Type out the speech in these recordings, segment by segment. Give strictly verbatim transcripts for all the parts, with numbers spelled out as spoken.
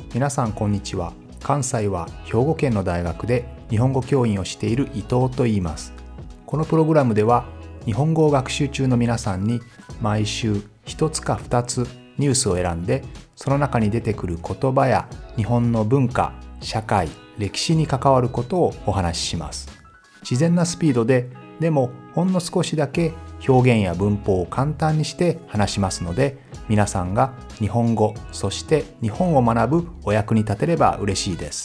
皆さんこんにちは。関西は兵庫県の大学で日本語教員をしている伊藤と言います。このプログラムでは日本語を学習中の皆さんに毎週一つか二つニュースを選んで、その中に出てくる言葉や日本の文化、社会、歴史に関わることをお話しします。自然なスピードで、でもほんの少しだけ表現や文法を簡単にして話しますので、皆さんが日本語、そして日本を学ぶお役に立てれば嬉しいです。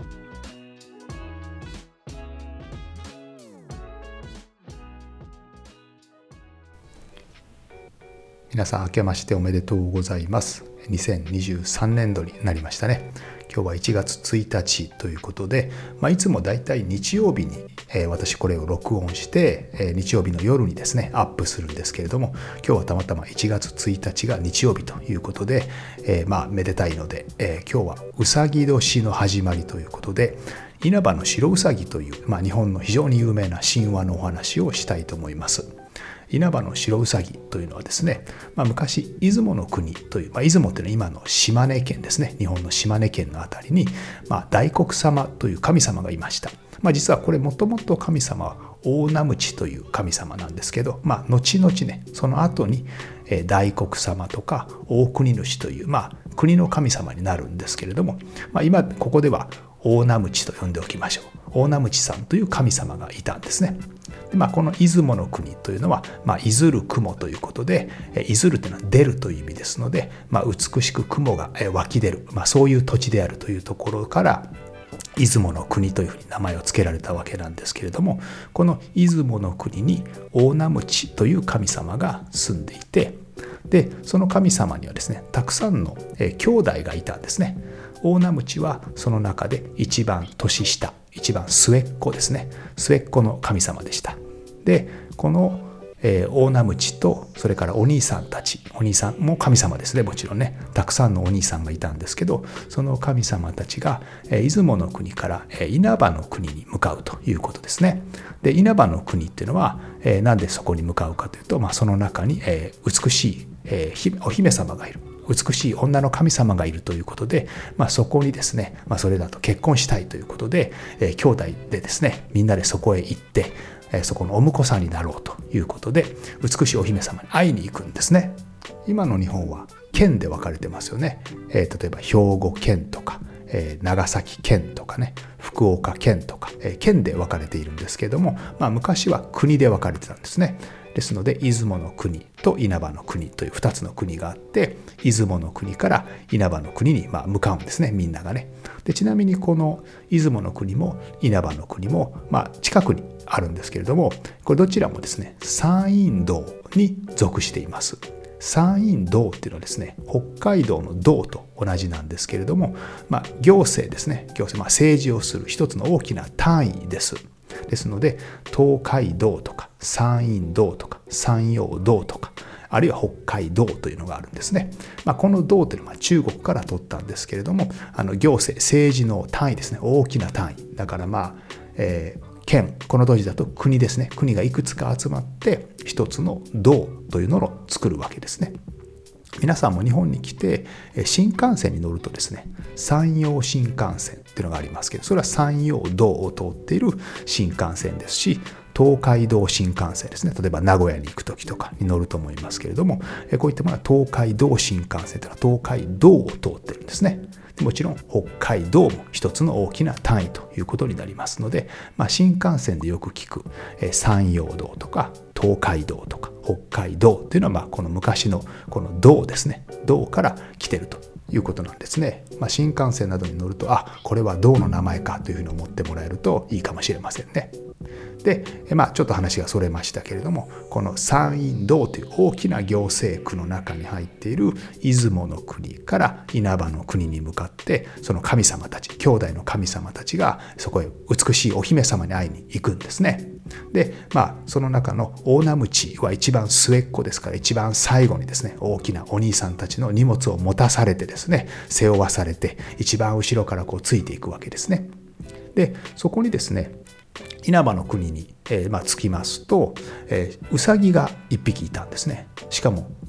皆さん明けましておめでとうございます。にせんにじゅうさんねん度になりましたね。今日はいちがつついたちということで、まあ、いつもだいたい日曜日に、えー、私これを録音して、えー、日曜日の夜にですねアップするんですけれども、今日はたまたまいちがつついたちが日曜日ということで、えー、まあめでたいので、えー、今日はうさぎ年の始まりということで、稲葉の白うさぎという、まあ、日本の非常に有名な神話のお話をしたいと思います。稲葉の白うさぎというのはですね、まあ、昔出雲の国という、まあ、出雲というのは今の島根県ですね、日本の島根県のあたりに、まあ、大黒様という神様がいました。まあ、実はこれもともと神様は大名鞭という神様なんですけど、まあ、後々ねその後に大黒様とか大国主という、まあ、国の神様になるんですけれども、まあ、今ここでは大名鞭と呼んでおきましょう。大名鞭さんという神様がいたんですね。で、まあ、この出雲の国というのは、まあ、いずる雲ということで、いずるというのは出るという意味ですので、まあ、美しく雲が湧き出る、まあ、そういう土地であるというところから出雲の国というふうに名前を付けられたわけなんですけれども、この出雲の国に大名鞭という神様が住んでいて、でその神様にはですねたくさんの兄弟がいたんですね。大名鞭はその中で一番年下、一番末っ子ですね、末っ子の神様でした。でこの、えー、大名鞭とそれからお兄さんたち、お兄さんも神様ですね、もちろんね、たくさんのお兄さんがいたんですけど、その神様たちが、えー、出雲の国から、えー、稲葉の国に向かうということですね。で稲葉の国っていうのは、えー、なんでそこに向かうかというと、まあ、その中に、えー、美しい、えー、お姫様がいる、美しい女の神様がいるということで、まあ、そこにですね、まあ、それだと結婚したいということで、えー、兄弟でですねみんなでそこへ行って、えー、そこのお婿さんになろうということで美しいお姫様に会いに行くんですね。今の日本は県で分かれてますよね。えー、例えば兵庫県とか、えー、長崎県とかね、福岡県とか、えー、県で分かれているんですけれども、まあ、昔は国で分かれてたんですね。ですので出雲の国と稲葉の国というふたつの国があって、出雲の国から稲葉の国にまあ向かうんですね、みんながね。でちなみにこの出雲の国も稲葉の国もまあ近くにあるんですけれども、これどちらもですね山陰道に属しています。山陰道っていうのはですね北海道の道と同じなんですけれども、まあ、行政ですね、行政、まあ、政治をする一つの大きな単位です。ですので東海道とか山陰道とか山陽道とか、あるいは北海道というのがあるんですね。まあ、この道というのは中国から取ったんですけれども、あの行政、政治の単位ですね、大きな単位だからまあ、えー県、この当時だと国ですね、国がいくつか集まって一つの道というのを作るわけですね。皆さんも日本に来て新幹線に乗るとですね、山陽新幹線っていうのがありますけど、それは山陽道を通っている新幹線ですし、東海道新幹線ですね、例えば名古屋に行く時とかに乗ると思いますけれども、こういったものは東海道新幹線というのは東海道を通ってるんですね。もちろん北海道も一つの大きな単位ということになりますので、まあ、新幹線でよく聞く山陽道とか東海道とか北海道というのは、まあこの昔のこの道ですね、道から来てるということなんですね。まあ、新幹線などに乗ると、あ、これは道の名前かというふうに思ってもらえるといいかもしれませんね。で、まあ、ちょっと話がそれましたけれども、この山陰道という大きな行政区の中に入っている出雲の国から稲葉の国に向かって、その神様たち、兄弟の神様たちがそこへ美しいお姫様に会いに行くんですね。で、まあ、その中の大名鞭は一番末っ子ですから、一番最後にですね、大きなお兄さんたちの荷物を持たされてですね、背負わされて、一番後ろからこうついていくわけですね。で、そこにですね、稲葉の国に、えーまあ、着きますと、えー、ウサギが一匹いたんですね。しかも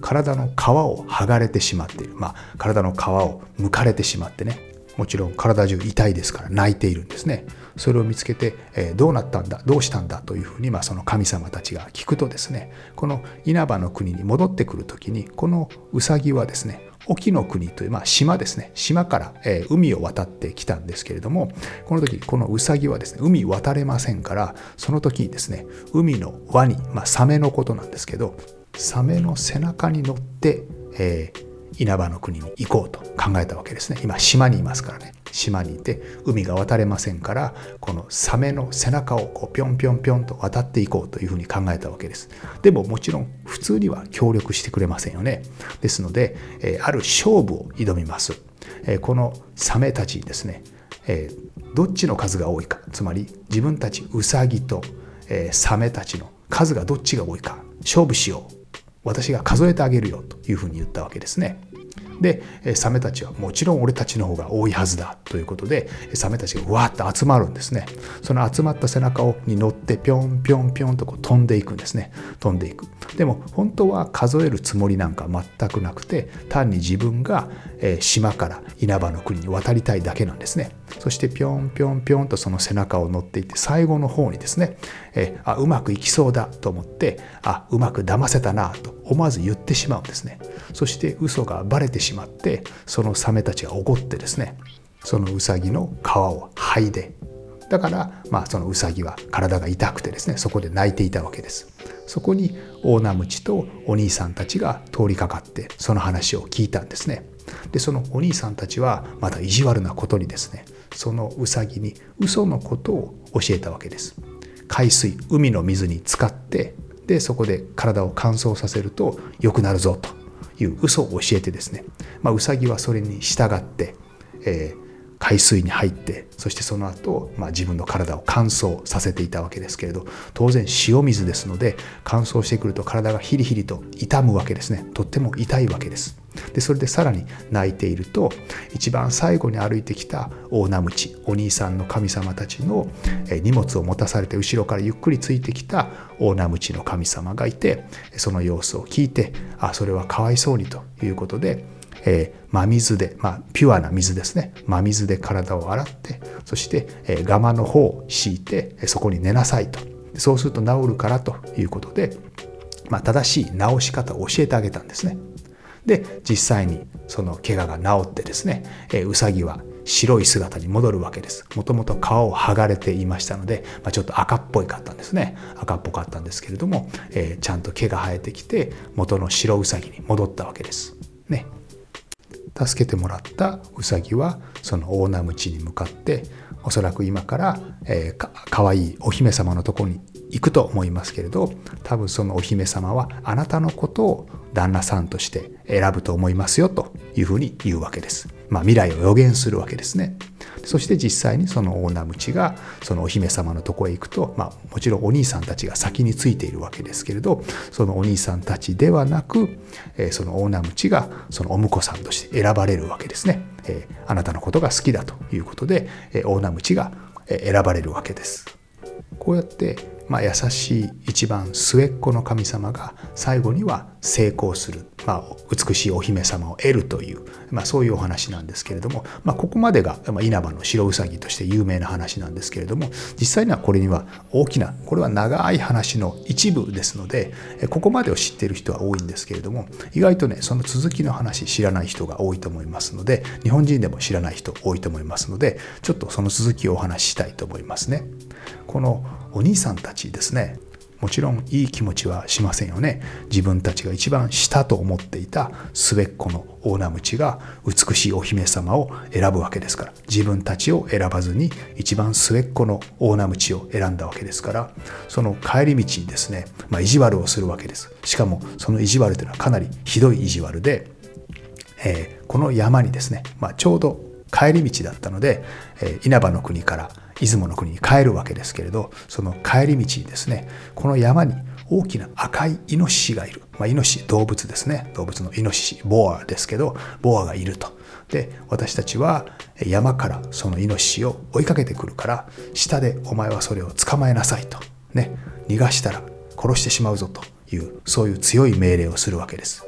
体の皮を剥がれてしまっている、まあ、体の皮を剥かれてしまってね、もちろん体中痛いですから泣いているんですね。それを見つけて、えー、どうなったんだどうしたんだというふうに、まあ、その神様たちが聞くとですね、この稲葉の国に戻ってくる時にこのウサギはですね、沖の国という、まあ、島ですね、島から、えー、海を渡ってきたんですけれども、この時このウサギはですね、海渡れませんから、その時にですね、海のワニ、まあ、サメのことなんですけど、サメの背中に乗って、えー稲葉の国に行こうと考えたわけですね。今島にいますからね、島にいて海が渡れませんから、このサメの背中をこうピョンピョンピョンと渡っていこうというふうに考えたわけです。でももちろん普通には協力してくれませんよね。ですので、えー、ある勝負を挑みます。えー、このサメたちにですね、えー、どっちの数が多いか、つまり自分たちウサギと、えー、サメたちの数がどっちが多いか勝負しよう、私が数えてあげるよというふうに言ったわけですね。でサメたちはもちろん俺たちの方が多いはずだということで、サメたちがわーっと集まるんですね。その集まった背中に乗ってぴょんぴょんぴょんとこう飛んでいくんですね。飛んでいく。でも本当は数えるつもりなんか全くなくて、単に自分が島から稲葉の国に渡りたいだけなんですね。そしてぴょんぴょんぴょんとその背中を乗っていって、最後の方にですね、えあうまくいきそうだと思って、あうまく騙せたなと思わず言ってしまうんですね。そして嘘がバレてしまって、そのサメたちが怒ってですね、そのウサギの皮を剥いで、だから、まあ、そのウサギは体が痛くてですね、そこで泣いていたわけです。そこに大名鞭とお兄さんたちが通りかかってその話を聞いたんですね。でそのお兄さんたちはまた意地悪なことにですね、そのウサギに嘘のことを教えたわけです。海水、海の水に浸かって、でそこで体を乾燥させると良くなるぞという嘘を教えてですね、まあ、ウサギはそれに従って、えー海水に入って、そしてその後、まあ、自分の体を乾燥させていたわけですけれど、当然塩水ですので乾燥してくると体がヒリヒリと痛むわけですね。とっても痛いわけです。でそれでさらに泣いていると、一番最後に歩いてきた大名鞭、お兄さんの神様たちの荷物を持たされて後ろからゆっくりついてきた大名鞭の神様がいて、その様子を聞いて、あそれはかわいそうにということで、えー、真水で、まあ、ピュアな水ですね、真水で体を洗って、そして、えー、ガマの方を敷いてそこに寝なさいと、そうすると治るからということで、まあ、正しい治し方を教えてあげたんですね。で実際にその怪我が治ってですね、えー、ウサギは白い姿に戻るわけです。もともと皮を剥がれていましたので、まあ、ちょっと赤っぽいかったんですね。赤っぽかったんですけれども、えー、ちゃんと毛が生えてきて元の白ウサギに戻ったわけですね。助けてもらったウサギはその大名鞭に向かって、おそらく今から、えー、か, かわいいお姫様のところに行くと思いますけれど、多分そのお姫様はあなたのことを旦那さんとして選ぶと思いますよというふうに言うわけです。まあ、未来を予言するわけですね。そして実際にその大名鞭がそのお姫様のところへ行くと、まあ、もちろんお兄さんたちが先についているわけですけれど、そのお兄さんたちではなく、えー、その大名鞭がそのお婿さんとして選ばれるわけですね。えー、あなたのことが好きだということで、えー、大名鞭が選ばれるわけです。こうやって、まあ、優しい一番末っ子の神様が最後には成功する、まあ、美しいお姫様を得るという、まあ、そういうお話なんですけれども、まあ、ここまでが、まあ、稲葉の白うさぎとして有名な話なんですけれども、実際にはこれには大きな、これは長い話の一部ですので、ここまでを知っている人は多いんですけれども、意外とねその続きの話知らない人が多いと思いますので、日本人でも知らない人多いと思いますので、ちょっとその続きをお話ししたいと思いますね。このお兄さんたちですね、もちろんいい気持ちはしませんよね。自分たちが一番下と思っていた末っ子の大名鞭が美しいお姫様を選ぶわけですから、自分たちを選ばずに一番末っ子の大名鞭を選んだわけですから、その帰り道にですね、まあ、意地悪をするわけです。しかもその意地悪というのはかなりひどい意地悪で、えー、この山にですね、まあ、ちょうど帰り道だったので、えー、稲葉の国から出雲の国に帰るわけですけれど、その帰り道にですね、この山に大きな赤いイノシシがいる。まあ、イノシシ、動物ですね。動物のイノシシ、ボアですけど、ボアがいると。で、私たちは山からそのイノシシを追いかけてくるから、下でお前はそれを捕まえなさいと。ね、逃がしたら殺してしまうぞという、そういう強い命令をするわけです。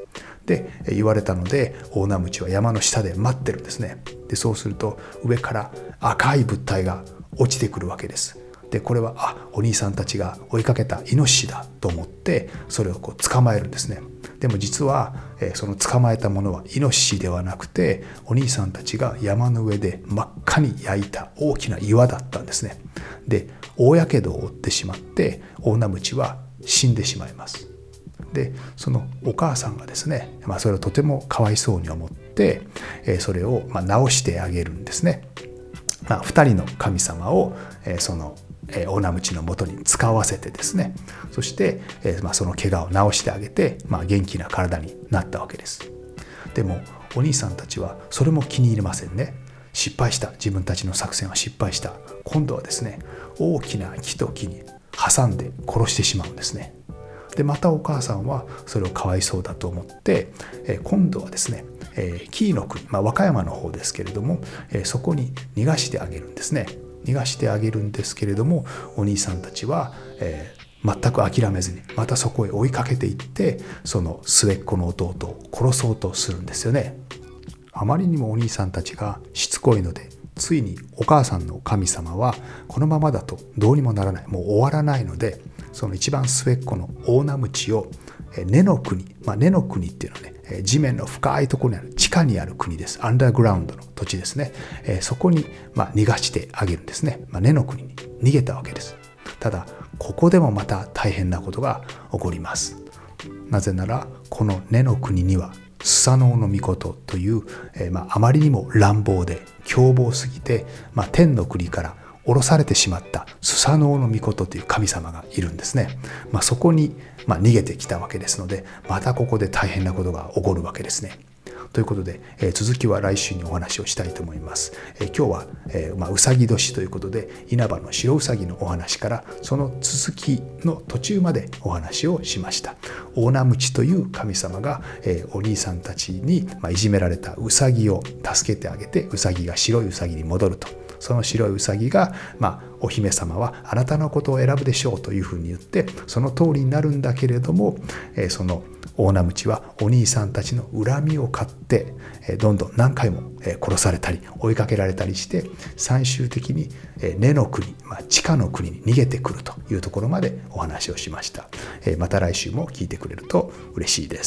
で言われたので、大名鞭は山の下で待ってるんですね。でそうすると上から赤い物体が落ちてくるわけです。でこれはあお兄さんたちが追いかけたイノシシだと思ってそれをこう捕まえるんですね。でも実は、えー、その捕まえたものはイノシシではなくて、お兄さんたちが山の上で真っ赤に焼いた大きな岩だったんですね。で大やけどを負ってしまって大名鞭は死んでしまいます。でそのお母さんがですね、まあ、それをとてもかわいそうに思って、えー、それをまあ直してあげるんですね。まあ、ふたりの神様を、えー、その大名鞭のもとに使わせてですね、そして、えーまあ、その怪我を治してあげて、まあ、元気な体になったわけです。でもお兄さんたちはそれも気に入りませんね。失敗した、自分たちの作戦は失敗した。今度はですね、大きな木と木に挟んで殺してしまうんですね。でまたお母さんはそれをかわいそうだと思って、えー、今度はですね、えー、紀伊の国、まあ、和歌山の方ですけれども、えー、そこに逃がしてあげるんですね。逃がしてあげるんですけれども、お兄さんたちは、えー、全く諦めずにまたそこへ追いかけていって、その末っ子の弟を殺そうとするんですよね。あまりにもお兄さんたちがしつこいので、ついにお母さんの神様はこのままだとどうにもならない、もう終わらないので、その一番末っ子の大名鞭を根の国、まあ、根の国っていうのはね、地面の深いところにある地下にある国です。アンダーグラウンドの土地ですね。そこにまあ逃がしてあげるんですね。まあ、根の国に逃げたわけです。ただここでもまた大変なことが起こります。なぜならこの根の国にはスサノオノミコトという、えーまあ、あまりにも乱暴で凶暴すぎて、まあ、天の国から降ろされてしまったスサノオノミコトという神様がいるんですね。まあ、そこに、まあ、逃げてきたわけですので、またここで大変なことが起こるわけですね。ということで、えー、続きは来週にお話をしたいと思います。えー、今日は、えーまあ、うさぎ年ということで、稲葉の白うさぎのお話からその続きの途中までお話をしました。大名鞭という神様が、えー、お兄さんたちに、まあ、いじめられたうさぎを助けてあげて、うさぎが白いうさぎに戻ると。その白いうさぎが、まあ、お姫様はあなたのことを選ぶでしょうというふうに言って、その通りになるんだけれども、えー、その大名鞭はお兄さんたちの恨みを買ってどんどん何回も殺されたり追いかけられたりして、最終的に根の国、まあ、地下の国に逃げてくるというところまでお話をしました。また来週も聞いてくれると嬉しいです。